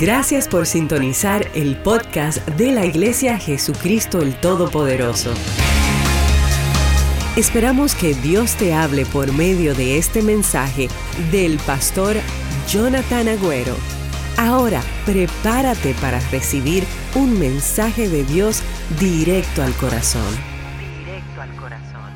Gracias por sintonizar el podcast de la Iglesia Jesucristo el Todopoderoso. Esperamos que Dios te hable por medio de este mensaje del pastor Jonathan Agüero. Ahora, prepárate para recibir un mensaje de Dios directo al corazón. Directo al corazón.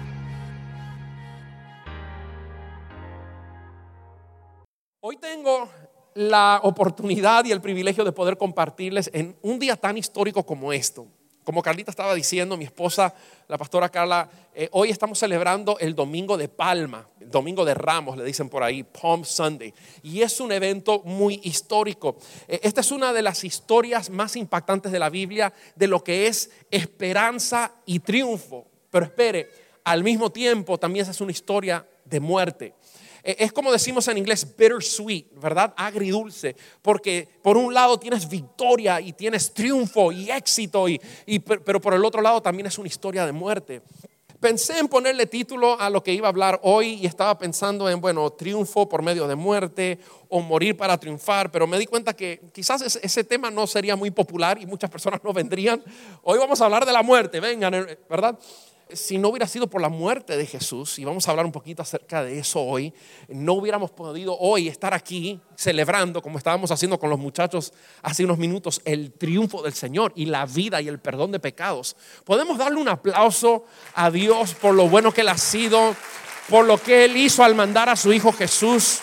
Hoy tengo la oportunidad y el privilegio de poder compartirles en un día tan histórico como esto. Como Carlita estaba diciendo, mi esposa, la pastora Carla, hoy estamos celebrando el Domingo de Palma, el Domingo de Ramos, le dicen por ahí, Palm Sunday. Y es un evento muy histórico. Esta es una de las historias más impactantes de la Biblia, de lo que es esperanza y triunfo. Pero espere, al mismo tiempo también es una historia de muerte. Es como decimos en inglés, bittersweet, ¿verdad? Agridulce, porque por un lado tienes victoria y tienes triunfo y éxito, pero por el otro lado también es una historia de muerte. Pensé en ponerle título a lo que iba a hablar hoy y estaba pensando en, triunfo por medio de muerte o morir para triunfar, pero me di cuenta que quizás ese tema no sería muy popular y muchas personas no vendrían. Hoy vamos a hablar de la muerte, vengan, ¿verdad? Si no hubiera sido por la muerte de Jesús, y vamos a hablar un poquito acerca de eso hoy, no hubiéramos podido hoy estar aquí celebrando, como estábamos haciendo con los muchachos hace unos minutos, el triunfo del Señor y la vida y el perdón de pecados. Podemos darle un aplauso a Dios por lo bueno que Él ha sido, por lo que Él hizo al mandar a su Hijo Jesús.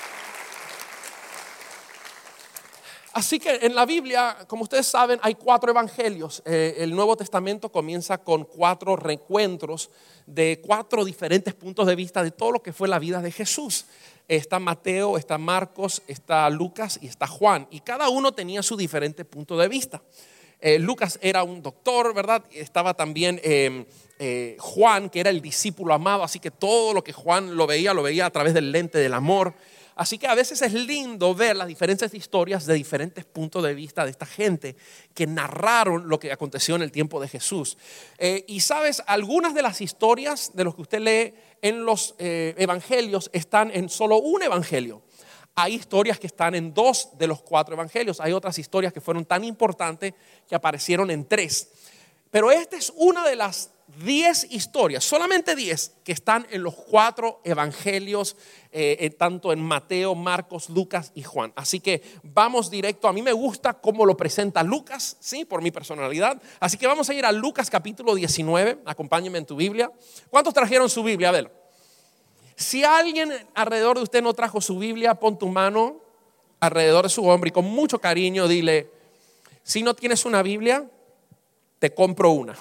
Así que en la Biblia, como ustedes saben, hay 4 evangelios. El Nuevo Testamento comienza con 4 reencuentros de 4 diferentes puntos de vista de todo lo que fue la vida de Jesús. Está Mateo, está Marcos, está Lucas y está Juan. Y cada uno tenía su diferente punto de vista. Lucas era un doctor, ¿verdad? Estaba también Juan, que era el discípulo amado. Así que todo lo que Juan lo veía a través del lente del amor. Así que a veces es lindo ver las diferentes historias de diferentes puntos de vista de esta gente que narraron lo que aconteció en el tiempo de Jesús. Y sabes, algunas de las historias de los que usted lee en los evangelios están en solo un evangelio. Hay historias que están en 2 de los 4 evangelios. Hay otras historias que fueron tan importantes que aparecieron en 3. Pero esta es una de las 10 historias, solamente 10, que están en los 4 evangelios, tanto en Mateo, Marcos, Lucas y Juan. Así que vamos directo. A mí me gusta cómo lo presenta Lucas, ¿sí? Por mi personalidad. Así que vamos a ir a Lucas capítulo 19. Acompáñenme en tu Biblia. ¿Cuántos trajeron su Biblia? A ver. Si alguien alrededor de usted no trajo su Biblia, pon tu mano alrededor de su hombro y con mucho cariño dile: si no tienes una Biblia, te compro una.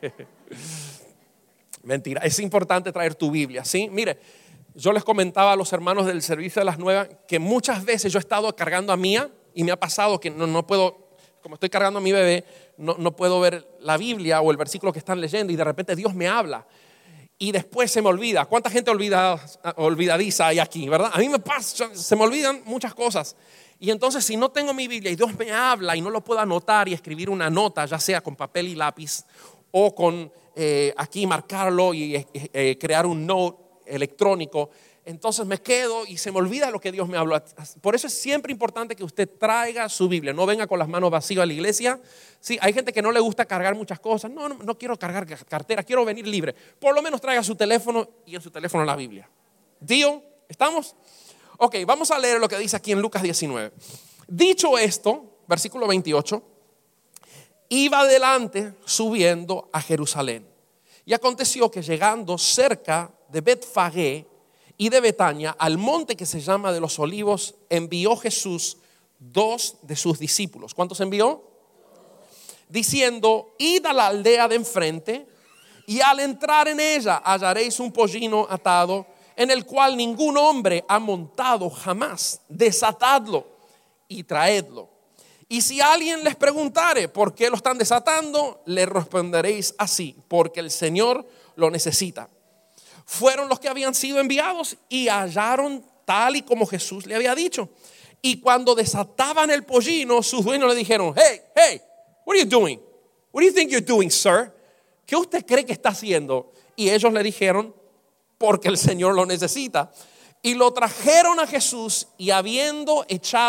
Mentira, es importante traer tu Biblia, ¿sí? Mire, yo les comentaba a los hermanos del servicio de las 9 que muchas veces yo he estado cargando a Mía y me ha pasado que no puedo, como estoy cargando a mi bebé, no puedo ver la Biblia o el versículo que están leyendo y de repente Dios me habla y después se me olvida. ¿Cuánta gente olvidadiza hay aquí, verdad? A mí me pasa, se me olvidan muchas cosas. Y entonces si no tengo mi Biblia y Dios me habla y no lo puedo anotar y escribir una nota, ya sea con papel y lápiz o con aquí marcarlo y crear un note electrónico, entonces me quedo y se me olvida lo que Dios me habló. Por eso es siempre importante que usted traiga su Biblia, no venga con las manos vacías a la iglesia. Sí, hay gente que no le gusta cargar muchas cosas. No quiero cargar cartera, quiero venir libre. Por lo menos traiga su teléfono y en su teléfono la Biblia. ¿Deal? ¿Estamos? Ok, vamos a leer lo que dice aquí en Lucas 19. Dicho esto, versículo 28, iba adelante subiendo a Jerusalén. Y aconteció que llegando cerca de Betfagé y de Betania, al monte que se llama de los Olivos, envió Jesús 2 de sus discípulos. ¿Cuántos envió? Diciendo: id a la aldea de enfrente y al entrar en ella hallaréis un pollino atado, en el cual ningún hombre ha montado jamás. Desatadlo y traedlo. Y si alguien les preguntare por qué lo están desatando, le responderéis así: porque el Señor lo necesita. Fueron los que habían sido enviados y hallaron tal y como Jesús le había dicho. Y cuando desataban el pollino, sus dueños le dijeron: hey, what are you doing? What do you think you're doing, sir? ¿Qué usted cree que está haciendo? Y ellos le dijeron: porque el Señor lo necesita. Y lo trajeron a Jesús y habiendo echado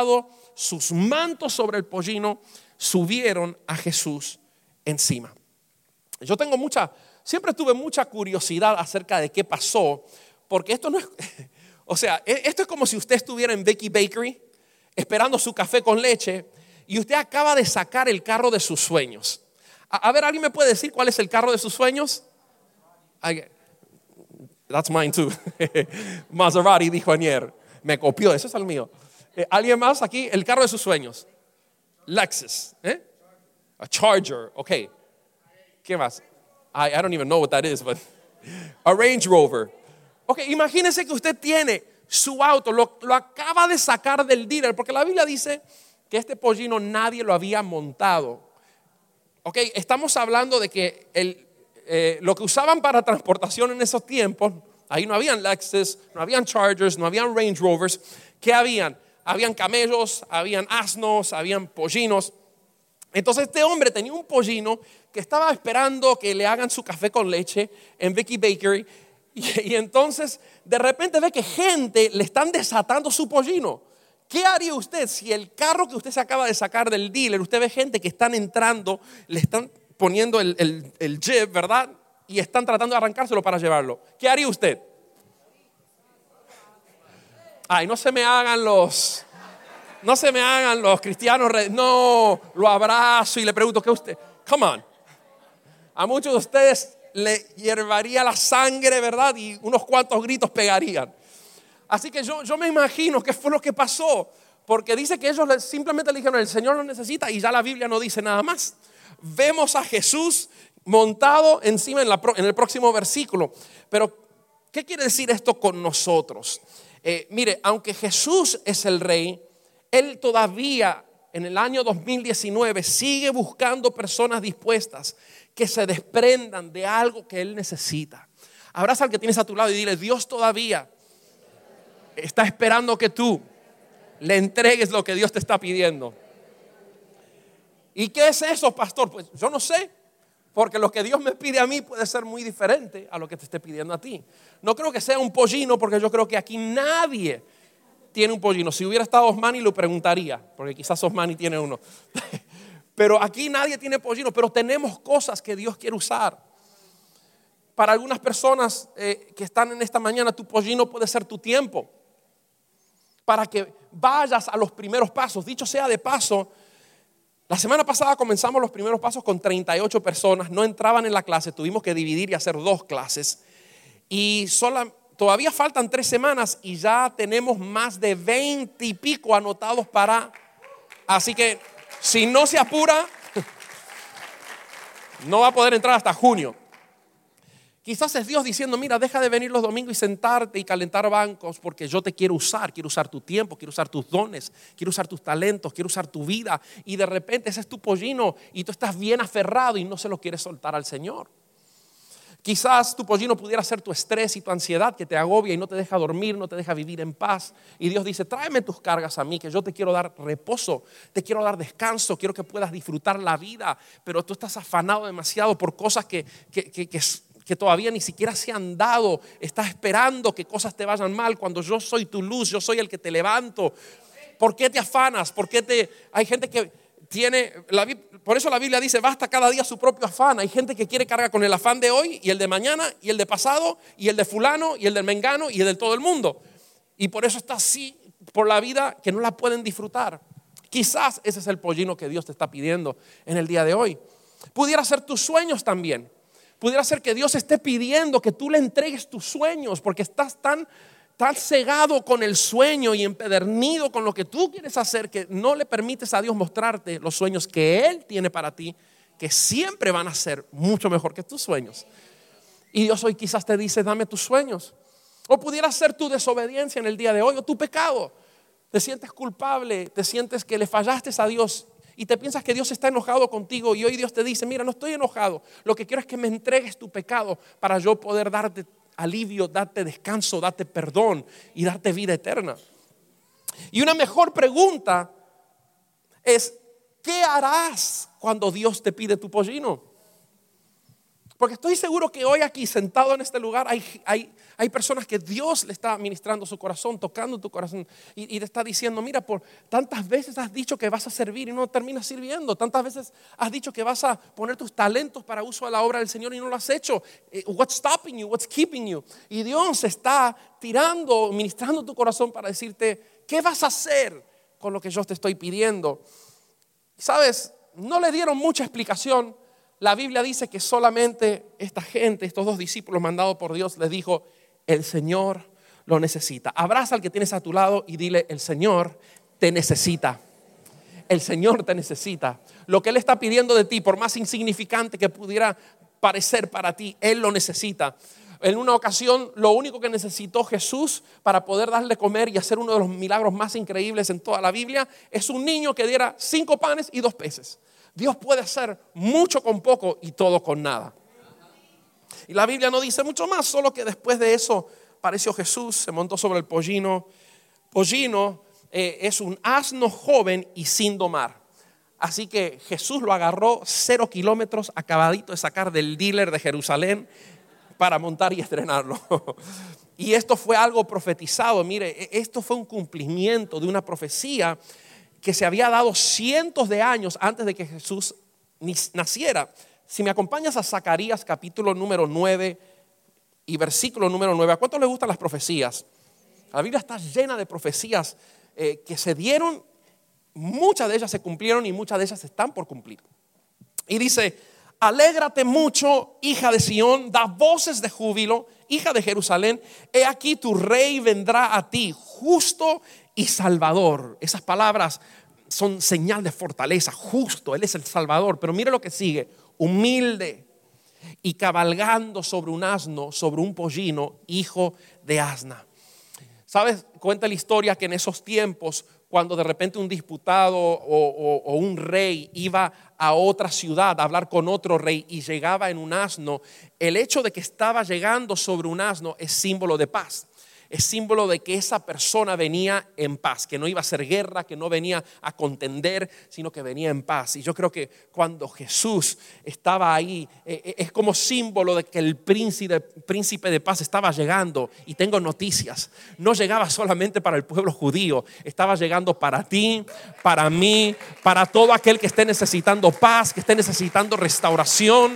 sus mantos sobre el pollino, subieron a Jesús encima. Siempre tuve mucha curiosidad acerca de qué pasó, porque esto no es, o sea, esto es como si usted estuviera en Becky Bakery esperando su café con leche y usted acaba de sacar el carro de sus sueños. A ver, ¿alguien me puede decir cuál es el carro de sus sueños? That's mine too. Maserati dijo ayer. Me copió, eso es el mío. ¿Alguien más aquí? El carro de sus sueños. Lexus. A Charger. Ok. ¿Qué más? I don't even know what that is, but a Range Rover. Ok, imagínese que usted tiene su auto, lo acaba de sacar del dealer, porque la Biblia dice que este pollino nadie lo había montado. Ok, estamos hablando de que lo que usaban para transportación en esos tiempos, ahí no habían Lexus, no habían Chargers, no habían Range Rovers. ¿Qué habían? Habían camellos, habían asnos, habían pollinos. Entonces este hombre tenía un pollino que estaba esperando que le hagan su café con leche en Becky Bakery. Y entonces de repente ve que gente le están desatando su pollino. ¿Qué haría usted si el carro que usted se acaba de sacar del dealer, usted ve gente que están entrando, le están poniendo el jib, ¿verdad? Y están tratando de arrancárselo para llevarlo? ¿Qué haría usted? Ay, no se me hagan los cristianos. No, lo abrazo y le pregunto, ¿qué usted? Come on. A muchos de ustedes le hiervaría la sangre, ¿verdad? Y unos cuantos gritos pegarían. Así que yo me imagino qué fue lo que pasó, porque dice que ellos simplemente le dijeron, el Señor lo necesita, y ya la Biblia no dice nada más. Vemos a Jesús montado encima en el próximo versículo. Pero, ¿qué quiere decir esto con nosotros? Mire, aunque Jesús es el Rey, Él todavía en el año 2019 sigue buscando personas dispuestas que se desprendan de algo que Él necesita. Abraza al que tienes a tu lado y dile, Dios todavía está esperando que tú le entregues lo que Dios te está pidiendo. ¿Y qué es eso, pastor? Pues yo no sé, porque lo que Dios me pide a mí puede ser muy diferente a lo que te esté pidiendo a ti. No creo que sea un pollino, porque yo creo que aquí nadie tiene un pollino. Si hubiera estado Osmani lo preguntaría, porque quizás Osmani tiene uno. Pero aquí nadie tiene pollino, pero tenemos cosas que Dios quiere usar. Para algunas personas que están en esta mañana, tu pollino puede ser tu tiempo, para que vayas a los primeros pasos. Dicho sea de paso, la semana pasada comenzamos los primeros pasos con 38 personas, no entraban en la clase, tuvimos que dividir y hacer 2 clases. Y todavía faltan 3 semanas y ya tenemos más de 20 y pico anotados así que si no se apura, no va a poder entrar hasta junio. Quizás es Dios diciendo, mira, deja de venir los domingos y sentarte y calentar bancos, porque yo te quiero usar tu tiempo, quiero usar tus dones, quiero usar tus talentos, quiero usar tu vida. Y de repente ese es tu pollino y tú estás bien aferrado y no se lo quieres soltar al Señor. Quizás tu pollino pudiera ser tu estrés y tu ansiedad que te agobia y no te deja dormir, no te deja vivir en paz. Y Dios dice, tráeme tus cargas a mí, que yo te quiero dar reposo, te quiero dar descanso, quiero que puedas disfrutar la vida. Pero tú estás afanado demasiado por cosas que todavía ni siquiera se han dado. Estás esperando que cosas te vayan mal cuando yo soy tu luz, yo soy el que te levanto. ¿Por qué te afanas? Hay gente que por eso la Biblia dice, basta cada día su propio afán. Hay gente que quiere cargar con el afán de hoy y el de mañana y el de pasado y el de fulano y el del mengano y el de todo el mundo. Y por eso está así por la vida que no la pueden disfrutar. Quizás ese es el pollino que Dios te está pidiendo en el día de hoy. Pudiera ser tus sueños también. Pudiera ser que Dios esté pidiendo que tú le entregues tus sueños, porque estás tan cegado con el sueño y empedernido con lo que tú quieres hacer, que no le permites a Dios mostrarte los sueños que Él tiene para ti, que siempre van a ser mucho mejor que tus sueños. Y Dios hoy quizás te dice, dame tus sueños. O pudiera ser tu desobediencia en el día de hoy, o tu pecado. Te sientes culpable, te sientes que le fallaste a Dios y te piensas que Dios está enojado contigo, y hoy Dios te dice, mira, no estoy enojado, lo que quiero es que me entregues tu pecado para yo poder darte alivio, darte descanso, darte perdón y darte vida eterna. Y una mejor pregunta es, ¿qué harás cuando Dios te pide tu pollino? Porque estoy seguro que hoy aquí, sentado en este lugar, hay personas que Dios le está ministrando su corazón, tocando tu corazón y te está diciendo, mira, por tantas veces has dicho que vas a servir y no terminas sirviendo. Tantas veces has dicho que vas a poner tus talentos para uso de la obra del Señor y no lo has hecho. What's stopping you? What's keeping you? Y Dios está tirando, ministrando tu corazón para decirte, ¿qué vas a hacer con lo que yo te estoy pidiendo? ¿Sabes? No le dieron mucha explicación. La Biblia dice que solamente esta gente, estos dos discípulos mandados por Dios, les dijo, el Señor lo necesita. Abraza al que tienes a tu lado y dile, el Señor te necesita. El Señor te necesita. Lo que Él está pidiendo de ti, por más insignificante que pudiera parecer para ti, Él lo necesita. En una ocasión, lo único que necesitó Jesús para poder darle comer y hacer uno de los milagros más increíbles en toda la Biblia, es un niño que diera 5 panes y 2 peces. Dios puede hacer mucho con poco y todo con nada. Y la Biblia no dice mucho más, solo que después de eso apareció Jesús, se montó sobre el pollino. Pollino es un asno joven y sin domar. Así que Jesús lo agarró 0 kilómetros, acabadito de sacar del dealer de Jerusalén para montar y estrenarlo. Y esto fue algo profetizado. Mire, esto fue un cumplimiento de una profecía que se había dado cientos de años antes de que Jesús naciera. Si me acompañas a Zacarías capítulo número 9 y versículo número 9. ¿A cuántos les gustan las profecías? La Biblia está llena de profecías que se dieron. Muchas de ellas se cumplieron y muchas de ellas están por cumplir. Y dice, alégrate mucho, hija de Sión, da voces de júbilo, hija de Jerusalén. He aquí tu rey vendrá a ti, justo y salvador. Esas palabras son señal de fortaleza. Justo, Él es el Salvador. Pero mire lo que sigue, humilde y cabalgando sobre un asno, sobre un pollino, hijo de asna. ¿Sabes? Cuenta la historia que en esos tiempos, cuando de repente un diputado o un rey iba a otra ciudad a hablar con otro rey y llegaba en un asno, el hecho de que estaba llegando sobre un asno es símbolo de paz. Es símbolo de que esa persona venía en paz, que no iba a hacer guerra, que no venía a contender, sino que venía en paz. Y yo creo que cuando Jesús estaba ahí, es como símbolo de que el príncipe de paz estaba llegando. Y tengo noticias, no llegaba solamente para el pueblo judío, estaba llegando para ti, para mí, para todo aquel que esté necesitando paz, que esté necesitando restauración.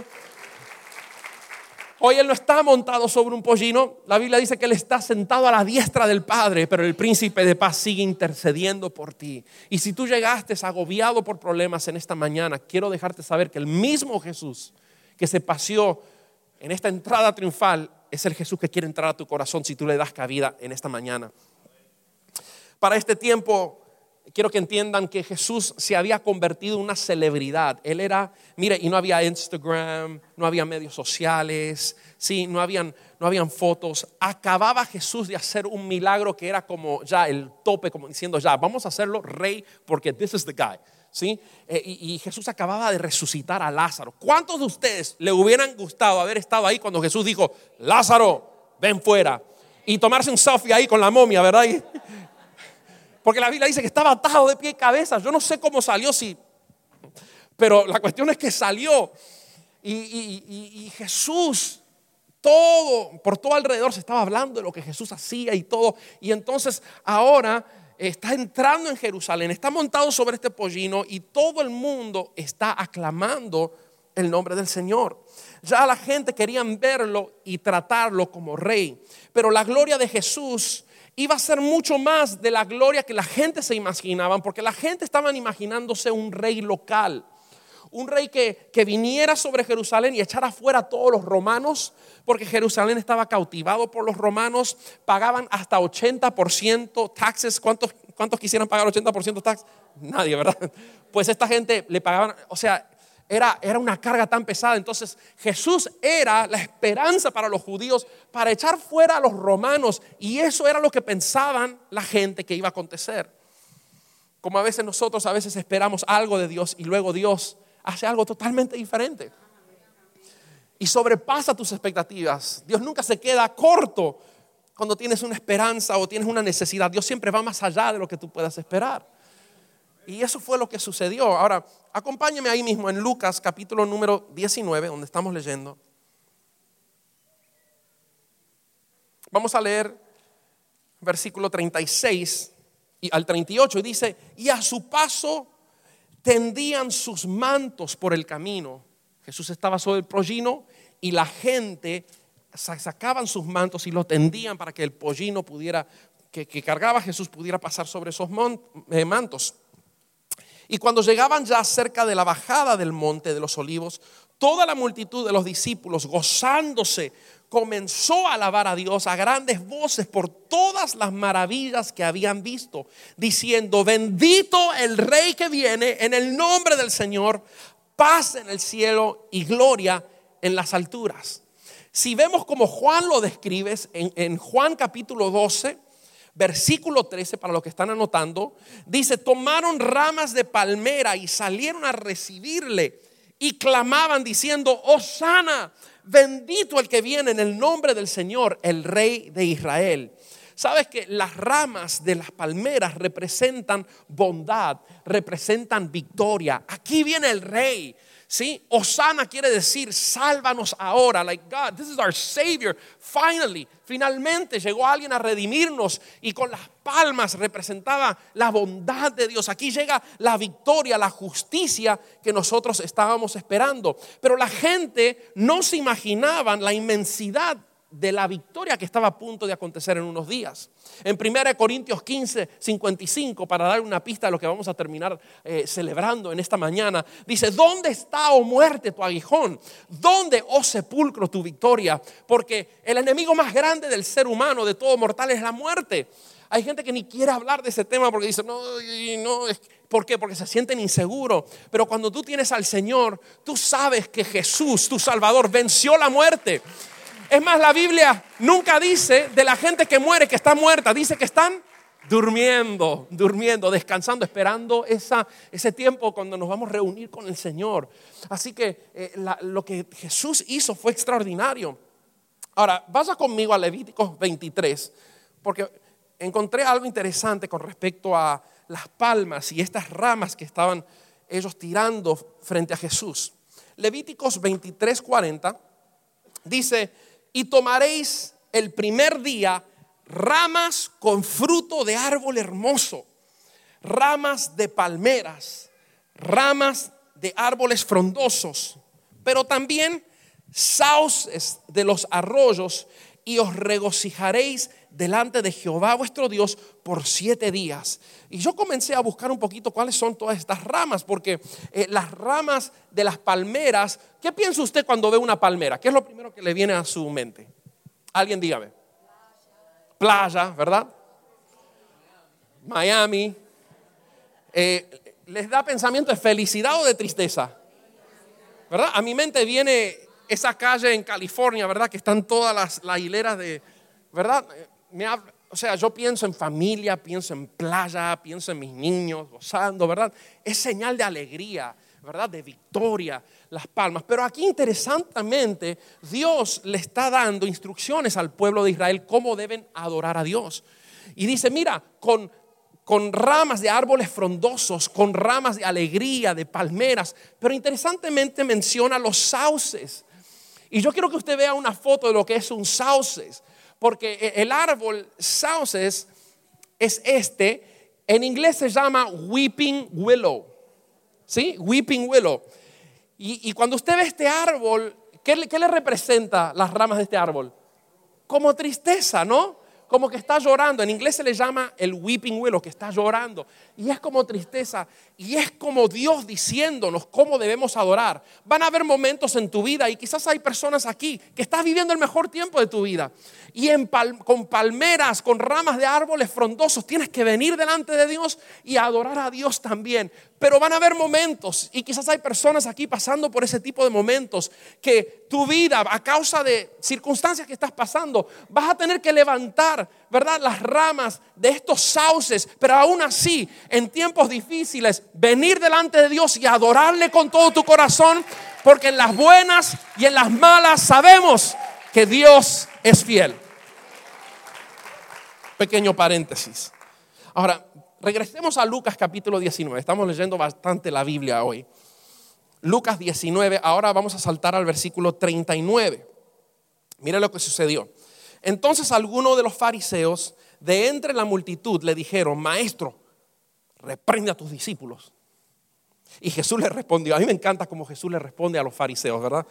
Hoy Él no está montado sobre un pollino. La Biblia dice que Él está sentado a la diestra del Padre, pero el príncipe de paz sigue intercediendo por ti. Y si tú llegaste agobiado por problemas en esta mañana, quiero dejarte saber que el mismo Jesús que se paseó en esta entrada triunfal es el Jesús que quiere entrar a tu corazón si tú le das cabida en esta mañana. Para este tiempo, quiero que entiendan que Jesús se había convertido en una celebridad. Él era, mire, y no había Instagram, no había medios sociales, sí, no habían fotos. Acababa Jesús de hacer un milagro que era como ya el tope, como diciendo ya, vamos a hacerlo rey porque this is the guy. ¿Sí? Y Jesús acababa de resucitar a Lázaro. ¿Cuántos de ustedes le hubieran gustado haber estado ahí cuando Jesús dijo, Lázaro, ven fuera? Y tomarse un selfie ahí con la momia, ¿verdad? Porque la Biblia dice que estaba atado de pie y cabeza. Yo no sé cómo salió, sí, pero la cuestión es que salió. Y Jesús, por todo alrededor se estaba hablando de lo que Jesús hacía y todo. Y entonces ahora está entrando en Jerusalén, está montado sobre este pollino y todo el mundo está aclamando el nombre del Señor. Ya la gente quería verlo y tratarlo como rey. Pero la gloria de Jesús iba a ser mucho más de la gloria que la gente se imaginaban, porque la gente estaba imaginándose un rey local, un rey que viniera sobre Jerusalén y echara fuera a todos los romanos, porque Jerusalén estaba cautivado por los romanos, pagaban hasta 80% taxes. ¿Cuántos quisieran pagar 80% taxes? Nadie, ¿verdad? Pues esta gente le pagaban, o sea, era una carga tan pesada. Entonces Jesús era la esperanza para los judíos para echar fuera a los romanos, y eso era lo que pensaban la gente que iba a acontecer. Como a veces nosotros esperamos algo de Dios y luego Dios hace algo totalmente diferente y sobrepasa tus expectativas. Dios nunca se queda corto cuando tienes una esperanza o tienes una necesidad. Dios siempre va más allá de lo que tú puedas esperar. Y eso fue lo que sucedió. Ahora, acompáñeme ahí mismo en Lucas capítulo número 19, donde estamos leyendo. Vamos a leer versículo 36 y al 38 y dice: y a su paso tendían sus mantos por el camino. Jesús estaba sobre el pollino y la gente sacaban sus mantos y lo tendían para que el pollino pudiera, que cargaba Jesús, pudiera pasar sobre esos mantos. Y cuando llegaban ya cerca de la bajada del monte de los olivos, toda la multitud de los discípulos, gozándose, comenzó a alabar a Dios a grandes voces por todas las maravillas que habían visto, diciendo: bendito el Rey que viene en el nombre del Señor, paz en el cielo y gloria en las alturas. Si vemos como Juan lo describe en Juan capítulo 12, versículo 13, para los que están anotando, dice: tomaron ramas de palmera y salieron a recibirle y clamaban diciendo: Hosana, bendito el que viene en el nombre del Señor, el Rey de Israel. Sabes que las ramas de las palmeras representan bondad, representan victoria. Aquí viene el Rey. ¿Sí? Hosana quiere decir sálvanos ahora. Like God, this is our Savior. Finalmente llegó alguien a redimirnos, y con las palmas representaba la bondad de Dios. Aquí llega la victoria, la justicia que nosotros estábamos esperando. Pero la gente no se imaginaban la inmensidad de la victoria que estaba a punto de acontecer en unos días. En 1 Corintios 15, 55, para dar una pista de lo que vamos a terminar celebrando en esta mañana, dice: ¿dónde está, oh muerte, tu aguijón? ¿Dónde, oh sepulcro, tu victoria? Porque el enemigo más grande del ser humano, de todo mortal, es la muerte. Hay gente que ni quiere hablar de ese tema porque dice: no, ¿por qué? Porque se sienten inseguros. Pero cuando tú tienes al Señor, tú sabes que Jesús, tu Salvador, venció la muerte. Es más, la Biblia nunca dice de la gente que muere que está muerta. Dice que están durmiendo, descansando, esperando ese tiempo cuando nos vamos a reunir con el Señor. Así que lo que Jesús hizo fue extraordinario. Ahora, vaya conmigo a Levíticos 23, porque encontré algo interesante con respecto a las palmas y estas ramas que estaban ellos tirando frente a Jesús. Levíticos 23, 40 dice: y tomaréis el primer día ramas con fruto de árbol hermoso, ramas de palmeras, ramas de árboles frondosos, pero también sauces de los arroyos, y os regocijaréis delante de Jehová vuestro Dios por 7 días. Y yo comencé a buscar un poquito cuáles son todas estas ramas, porque las ramas de las palmeras, ¿qué piensa usted cuando ve una palmera? ¿Qué es lo primero que le viene a su mente? Alguien dígame. Playa, ¿verdad? Miami. ¿Les da pensamiento de felicidad o de tristeza? ¿Verdad? A mi mente viene esa calle en California, ¿verdad? Que están todas las hileras de, ¿verdad? O sea, yo pienso en familia, pienso en playa, pienso en mis niños gozando, ¿verdad? Es señal de alegría, ¿verdad? De victoria, las palmas. Pero aquí, interesantemente, Dios le está dando instrucciones al pueblo de Israel cómo deben adorar a Dios. Y dice: mira, con ramas de árboles frondosos, con ramas de alegría, de palmeras. Pero interesantemente menciona los sauces. Y yo quiero que usted vea una foto de lo que es un sauces, porque el árbol sauces es en inglés se llama weeping willow, ¿sí? Weeping willow. Y cuando usted ve este árbol, ¿qué le representa las ramas de este árbol? Como tristeza, ¿no? Como que está llorando. En inglés se le llama el weeping willow, que está llorando. Y es como tristeza. Y es como Dios diciéndonos cómo debemos adorar. Van a haber momentos en tu vida, y quizás hay personas aquí que estás viviendo el mejor tiempo de tu vida. Y con palmeras, con ramas de árboles frondosos, tienes que venir delante de Dios y adorar a Dios también. Pero van a haber momentos, y quizás hay personas aquí pasando por ese tipo de momentos, que tu vida, a causa de circunstancias que estás pasando, vas a tener que levantar, ¿verdad?, las ramas de estos sauces. Pero aún así, en tiempos difíciles, venir delante de Dios y adorarle con todo tu corazón, porque en las buenas y en las malas sabemos que Dios es fiel. Pequeño paréntesis. Ahora, regresemos a Lucas capítulo 19. Estamos leyendo bastante la Biblia hoy. Lucas 19, ahora vamos a saltar al versículo 39. Mira lo que sucedió. Entonces algunos de los fariseos de entre la multitud le dijeron: Maestro, reprende a tus discípulos. Y Jesús les respondió. A mí me encanta cómo Jesús le responde a los fariseos, ¿verdad?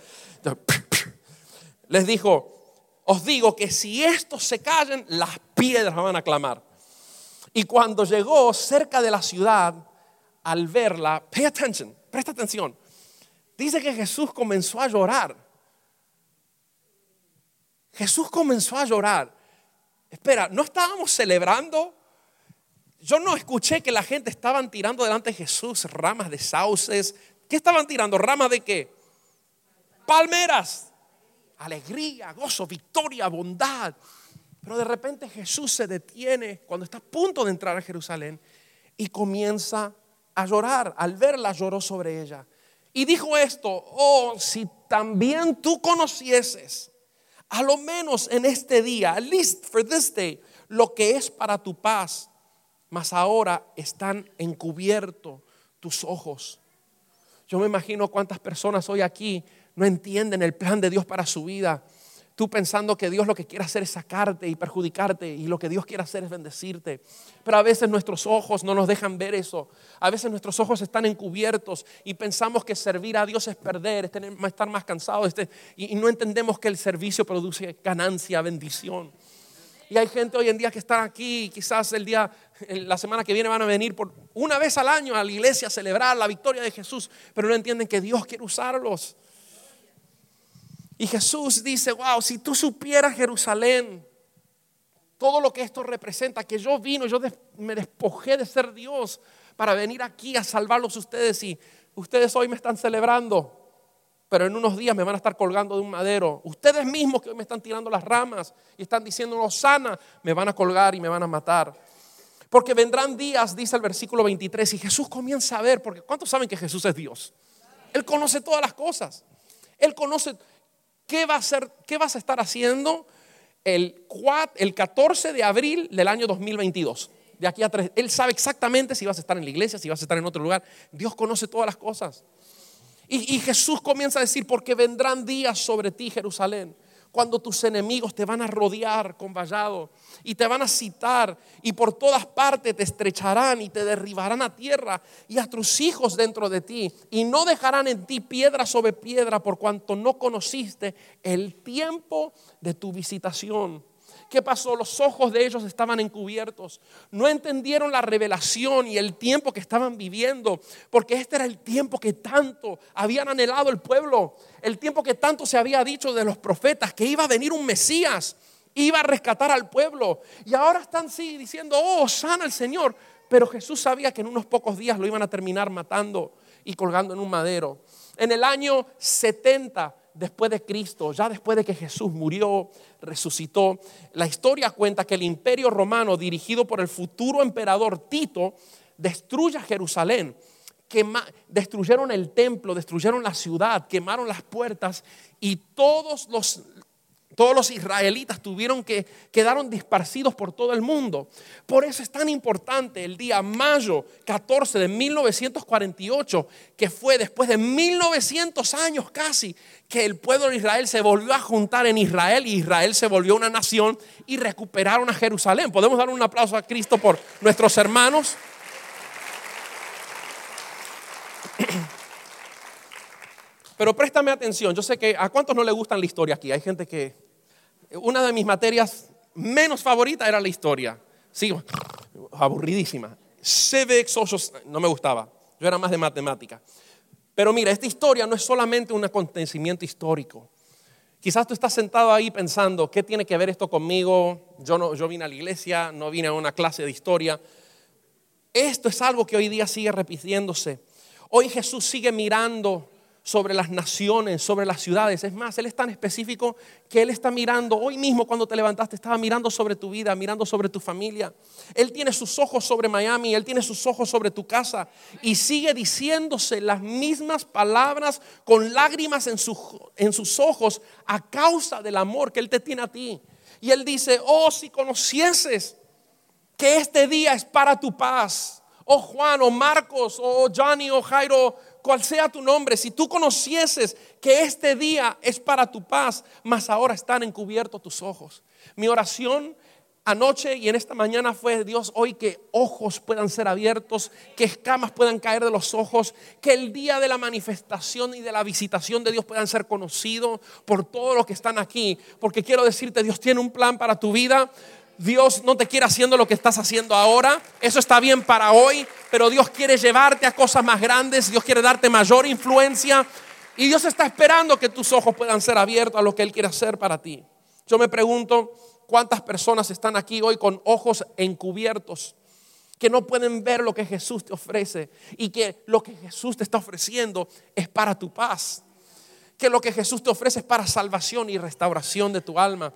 Les dijo: os digo que si estos se callan, las piedras van a clamar. Y cuando llegó cerca de la ciudad, al verla, pay attention, presta atención, dice que Jesús comenzó a llorar. Jesús comenzó a llorar. Espera, ¿no estábamos celebrando? Yo no escuché que la gente estaban tirando delante de Jesús ramas de sauces. ¿Qué estaban tirando? ¿Ramas de qué? Palmeras. Alegría, gozo, victoria, bondad. Pero de repente Jesús se detiene cuando está a punto de entrar a Jerusalén y comienza a llorar. Al verla, lloró sobre ella. Y dijo esto: oh, si también tú conocieses, a lo menos en este día, at least for this day, lo que es para tu paz, mas ahora están encubiertos tus ojos. Yo me imagino cuántas personas hoy aquí no entienden el plan de Dios para su vida. Tú pensando que Dios lo que quiere hacer es sacarte y perjudicarte, y lo que Dios quiere hacer es bendecirte. Pero a veces nuestros ojos no nos dejan ver eso. A veces nuestros ojos están encubiertos y pensamos que servir a Dios es perder, es estar más cansado, y no entendemos que el servicio produce ganancia, bendición. Y hay gente hoy en día que está aquí, quizás la semana que viene van a venir por una vez al año a la iglesia a celebrar la victoria de Jesús, pero no entienden que Dios quiere usarlos. Y Jesús dice: wow, si tú supieras, Jerusalén, todo lo que esto representa, que yo me despojé de ser Dios para venir aquí a salvarlos ustedes, y ustedes hoy me están celebrando, pero en unos días me van a estar colgando de un madero. Ustedes mismos que hoy me están tirando las ramas y están diciendo Hosana, me van a colgar y me van a matar. Porque vendrán días, dice el versículo 23, y Jesús comienza a ver, porque ¿cuántos saben que Jesús es Dios? Él conoce todas las cosas. Él conoce qué vas a estar haciendo el 14 de abril del año 2022. De aquí a 3, Él sabe exactamente si vas a estar en la iglesia, si vas a estar en otro lugar. Dios conoce todas las cosas. Y Jesús comienza a decir: porque vendrán días sobre ti, Jerusalén, cuando tus enemigos te van a rodear con vallado y te van a citar, y por todas partes te estrecharán y te derribarán a tierra y a tus hijos dentro de ti, y no dejarán en ti piedra sobre piedra, por cuanto no conociste el tiempo de tu visitación. ¿Qué pasó? Los ojos de ellos estaban encubiertos. No entendieron la revelación y el tiempo que estaban viviendo, porque este era el tiempo que tanto habían anhelado el pueblo, el tiempo que tanto se había dicho de los profetas, que iba a venir un Mesías, iba a rescatar al pueblo. Y ahora están diciendo: oh, sana al Señor. Pero Jesús sabía que en unos pocos días lo iban a terminar matando y colgando en un madero. En el año 70 después de Cristo, ya después de que Jesús murió, resucitó, la historia cuenta que el imperio romano, dirigido por el futuro emperador Tito, destruye a Jerusalén. Destruyeron el templo, destruyeron la ciudad, quemaron las puertas, y todos los israelitas quedaron disparcidos por todo el mundo. Por eso es tan importante el día mayo 14 de 1948, que fue después de 1900 años casi, que el pueblo de Israel se volvió a juntar en Israel, y Israel se volvió una nación y recuperaron a Jerusalén. Podemos dar un aplauso a Cristo por nuestros hermanos. Pero préstame atención. Yo sé que a cuántos no le gustan la historia aquí. Hay gente que una de mis materias menos favoritas era la historia. Sí, aburridísima. Civics, social, no me gustaba. Yo era más de matemática. Pero mira, esta historia no es solamente un acontecimiento histórico. Quizás tú estás sentado ahí pensando: ¿qué tiene que ver esto conmigo? Yo vine a la iglesia, no vine a una clase de historia. Esto es algo que hoy día sigue repitiéndose. Hoy Jesús sigue mirando sobre las naciones, sobre las ciudades. Es más, Él es tan específico que Él está mirando. Hoy mismo cuando te levantaste estaba mirando sobre tu vida, mirando sobre tu familia. Él tiene sus ojos sobre Miami, Él tiene sus ojos sobre tu casa, y sigue diciéndose las mismas palabras con lágrimas en sus ojos a causa del amor que Él te tiene a ti. Y Él dice: oh, si conocieses que este día es para tu paz. o Juan, o Marcos, o Johnny, o Jairo, cual sea tu nombre, si tú conocieses que este día es para tu paz, mas ahora están encubiertos tus ojos. Mi oración anoche y en esta mañana fue: Dios, hoy que ojos puedan ser abiertos, que escamas puedan caer de los ojos, que el día de la manifestación y de la visitación de Dios puedan ser conocidos por todos los que están aquí. Porque quiero decirte, Dios tiene un plan para tu vida. Dios no te quiere haciendo lo que estás haciendo ahora. Eso está bien para hoy, pero Dios quiere llevarte a cosas más grandes. Dios quiere darte mayor influencia, y Dios está esperando que tus ojos puedan ser abiertos a lo que Él quiere hacer para ti. Yo me pregunto, ¿cuántas personas están aquí hoy con ojos encubiertos, que no pueden ver lo que Jesús te ofrece, y que lo que Jesús te está ofreciendo es para tu paz? Que lo que Jesús te ofrece es para salvación y restauración de tu alma.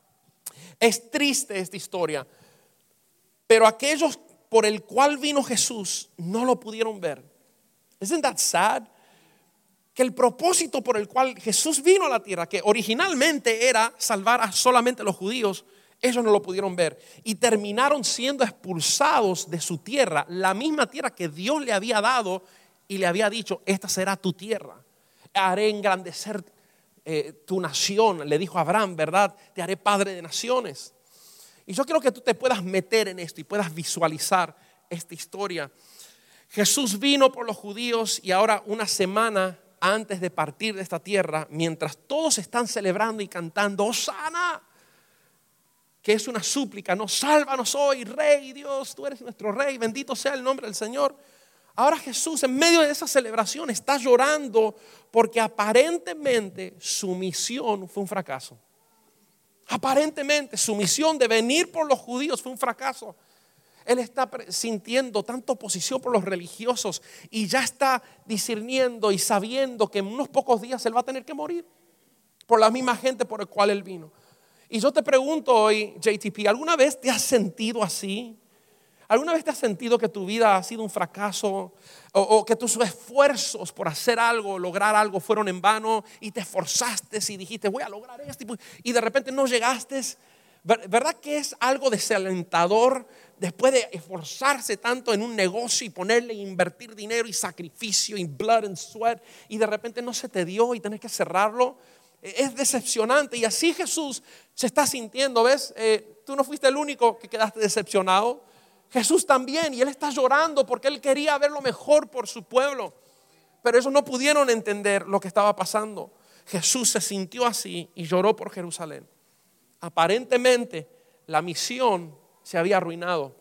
Es triste esta historia, pero aquellos por el cual vino Jesús no lo pudieron ver. Isn't that sad? Que el propósito por el cual Jesús vino a la tierra, que originalmente era salvar a solamente los judíos, ellos no lo pudieron ver y terminaron siendo expulsados de su tierra, la misma tierra que Dios le había dado y le había dicho: esta será tu tierra, haré engrandecer tu nación, le dijo a Abraham, ¿verdad? Te haré padre de naciones. Y yo quiero que tú te puedas meter en esto y puedas visualizar esta historia. Jesús vino por los judíos, y ahora, una semana antes de partir de esta tierra, mientras todos están celebrando y cantando Hosana, que es una súplica, no, sálvanos hoy, Rey Dios, tú eres nuestro Rey, bendito sea el nombre del Señor. Ahora Jesús, en medio de esa celebración, está llorando porque aparentemente su misión fue un fracaso. Aparentemente su misión de venir por los judíos fue un fracaso. Él está sintiendo tanta oposición por los religiosos y ya está discerniendo y sabiendo que en unos pocos días él va a tener que morir por la misma gente por la cual él vino. Y yo te pregunto hoy, JTP, ¿alguna vez te has sentido así? ¿Alguna vez te has sentido que tu vida ha sido un fracaso, o que tus esfuerzos por hacer algo, lograr algo, fueron en vano, y te esforzaste y dijiste voy a lograr esto, y de repente no llegaste? ¿Verdad que es algo desalentador después de esforzarse tanto en un negocio y ponerle, invertir dinero y sacrificio y blood and sweat, y de repente no se te dio y tenés que cerrarlo? Es decepcionante, y así Jesús se está sintiendo. ¿Ves? Tú no fuiste el único que quedaste decepcionado. Jesús también, y él está llorando porque él quería ver lo mejor por su pueblo, pero ellos no pudieron entender lo que estaba pasando. Jesús se sintió así y lloró por Jerusalén. Aparentemente la misión se había arruinado.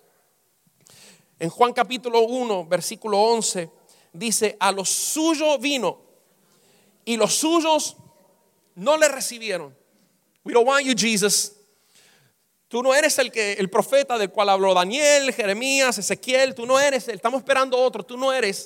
En Juan capítulo 1 versículo 11 dice: a los suyos vino y los suyos no le recibieron. We don't want you, Jesus. Tú no eres el profeta del cual habló Daniel, Jeremías, Ezequiel. Tú no eres él. Estamos esperando otro. Tú no eres.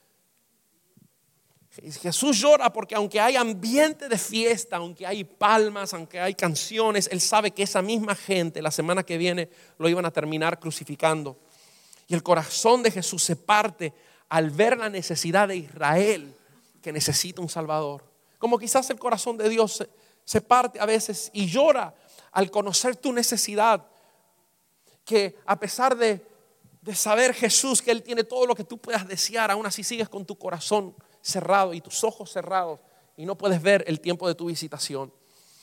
Jesús llora porque aunque hay ambiente de fiesta, aunque hay palmas, aunque hay canciones, él sabe que esa misma gente la semana que viene lo iban a terminar crucificando. Y el corazón de Jesús se parte al ver la necesidad de Israel, que necesita un Salvador. Como quizás el corazón de Dios se parte a veces y llora al conocer tu necesidad, que a pesar de saber, Jesús, que Él tiene todo lo que tú puedas desear, aún así sigues con tu corazón cerrado y tus ojos cerrados y no puedes ver el tiempo de tu visitación.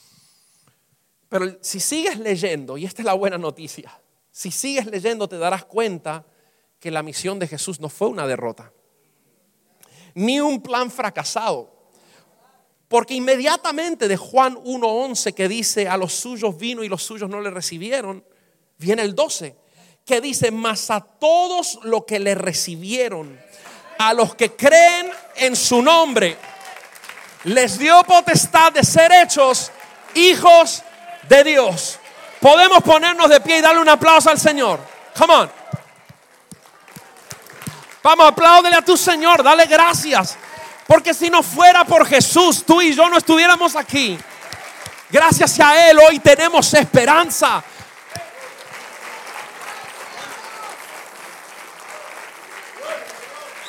Pero si sigues leyendo, y esta es la buena noticia, si sigues leyendo te darás cuenta que la misión de Jesús no fue una derrota, ni un plan fracasado. Porque inmediatamente de Juan 1:11, que dice a los suyos vino y los suyos no le recibieron, viene el 12, que dice: mas a todos los que le recibieron, a los que creen en su nombre, les dio potestad de ser hechos hijos de Dios. Podemos ponernos de pie y darle un aplauso al Señor. Come on. Vamos, apláudele a tu Señor, dale gracias. Porque si no fuera por Jesús, tú y yo no estuviéramos aquí. Gracias a Él hoy tenemos esperanza.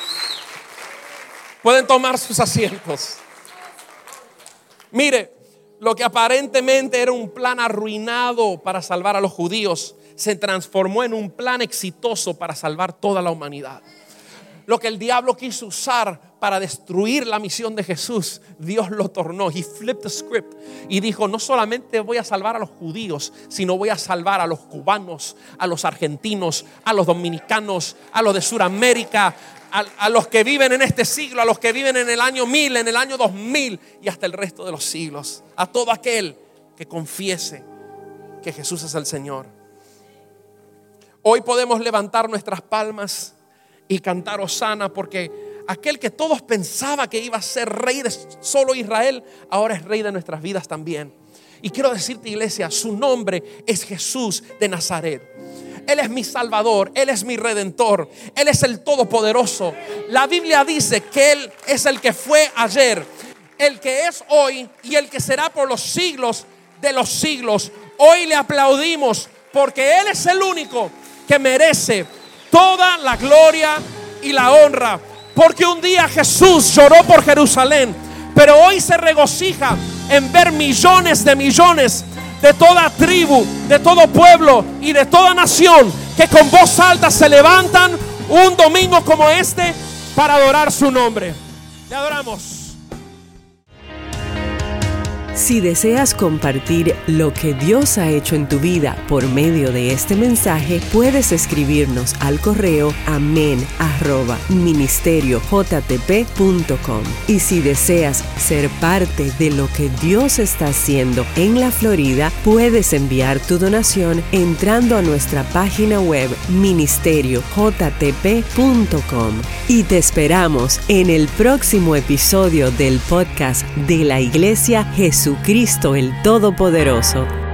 Pueden tomar sus asientos. Mire, Lo que aparentemente era un plan arruinado para salvar a los judíos se transformó en un plan exitoso para salvar toda la humanidad. Lo que el diablo quiso usar para destruir la misión de Jesús, Dios lo tornó. He flipped the script y dijo: no solamente voy a salvar a los judíos, sino voy a salvar a los cubanos, a los argentinos, a los dominicanos, a los de Sudamérica, a los que viven en este siglo, a los que viven en el año 1000, en el año 2000 y hasta el resto de los siglos. A todo aquel que confiese que Jesús es el Señor. Hoy podemos levantar nuestras palmas y cantar hosana, porque aquel que todos pensaban que iba a ser rey de solo Israel, ahora es rey de nuestras vidas también. Y quiero decirte, iglesia, su nombre es Jesús de Nazaret. Él es mi Salvador, Él es mi Redentor, Él es el Todopoderoso. La Biblia dice que Él es el que fue ayer, el que es hoy y el que será por los siglos de los siglos. Hoy le aplaudimos porque Él es el único que merece toda la gloria y la honra. Porque un día Jesús lloró por Jerusalén, pero hoy se regocija en ver millones de toda tribu, de todo pueblo y de toda nación que con voz alta se levantan un domingo como este para adorar su nombre. Le adoramos. Si deseas compartir lo que Dios ha hecho en tu vida por medio de este mensaje, puedes escribirnos al correo amen@ministeriojtp.com. Y si deseas ser parte de lo que Dios está haciendo en la Florida, puedes enviar tu donación entrando a nuestra página web ministeriojtp.com. Y te esperamos en el próximo episodio del podcast de la Iglesia Jesucristo el Todopoderoso.